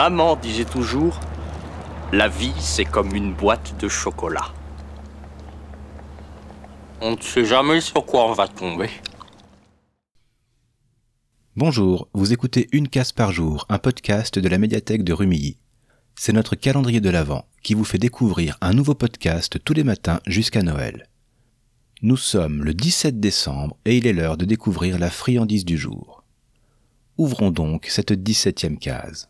Maman disait toujours, la vie c'est comme une boîte de chocolat. On ne sait jamais sur quoi on va tomber. Bonjour, vous écoutez Une case par jour, un podcast de la médiathèque de Rumilly. C'est notre calendrier de l'Avent qui vous fait découvrir un nouveau podcast tous les matins jusqu'à Noël. Nous sommes le 17 décembre et il est l'heure de découvrir la friandise du jour. Ouvrons donc cette 17e case.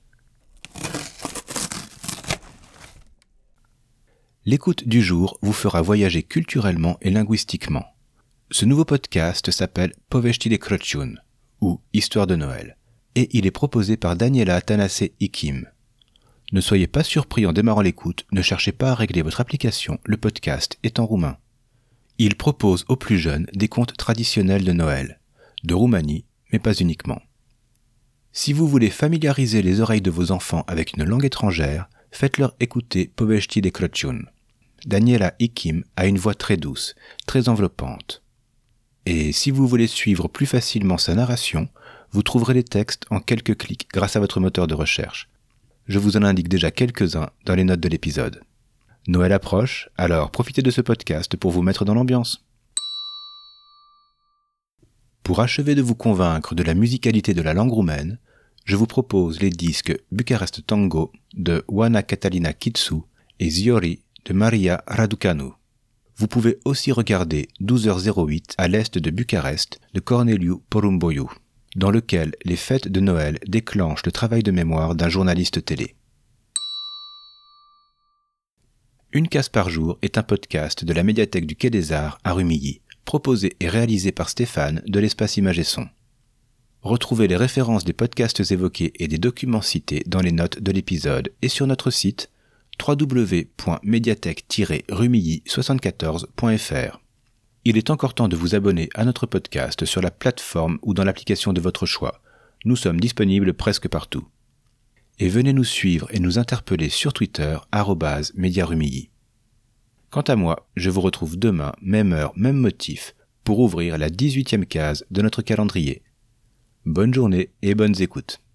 L'écoute du jour vous fera voyager culturellement et linguistiquement. Ce nouveau podcast s'appelle Powieści de Crociun, ou Histoire de Noël, et il est proposé par Daniela Tanassé Ikim. Ne soyez pas surpris en démarrant l'écoute, ne cherchez pas à régler votre application, le podcast est en roumain. Il propose aux plus jeunes des contes traditionnels de Noël, de Roumanie, mais pas uniquement. Si vous voulez familiariser les oreilles de vos enfants avec une langue étrangère, faites-leur écouter Powieści de Crociun. Daniela Ikim a une voix très douce, très enveloppante. Et si vous voulez suivre plus facilement sa narration, vous trouverez les textes en quelques clics grâce à votre moteur de recherche. Je vous en indique déjà quelques-uns dans les notes de l'épisode. Noël approche, alors profitez de ce podcast pour vous mettre dans l'ambiance. Pour achever de vous convaincre de la musicalité de la langue roumaine, je vous propose les disques Bucarest Tango de Oana Catalina Kitsu et Ziori de Maria Raducanu. Vous pouvez aussi regarder 12h08 à l'est de Bucarest de Corneliu Porumboiu, dans lequel les fêtes de Noël déclenchent le travail de mémoire d'un journaliste télé. Une case par jour est un podcast de la médiathèque du Quai des Arts à Rumilly, proposé et réalisé par Stéphane de l'Espace Images et Son. Retrouvez les références des podcasts évoqués et des documents cités dans les notes de l'épisode et sur notre site www.mediathèque-rumilly74.fr. Il est encore temps de vous abonner à notre podcast sur la plateforme ou dans l'application de votre choix. Nous sommes disponibles presque partout. Et venez nous suivre et nous interpeller sur Twitter @mediarumilly. Quant à moi, je vous retrouve demain, même heure, même motif, pour ouvrir la 18e case de notre calendrier. Bonne journée et bonnes écoutes.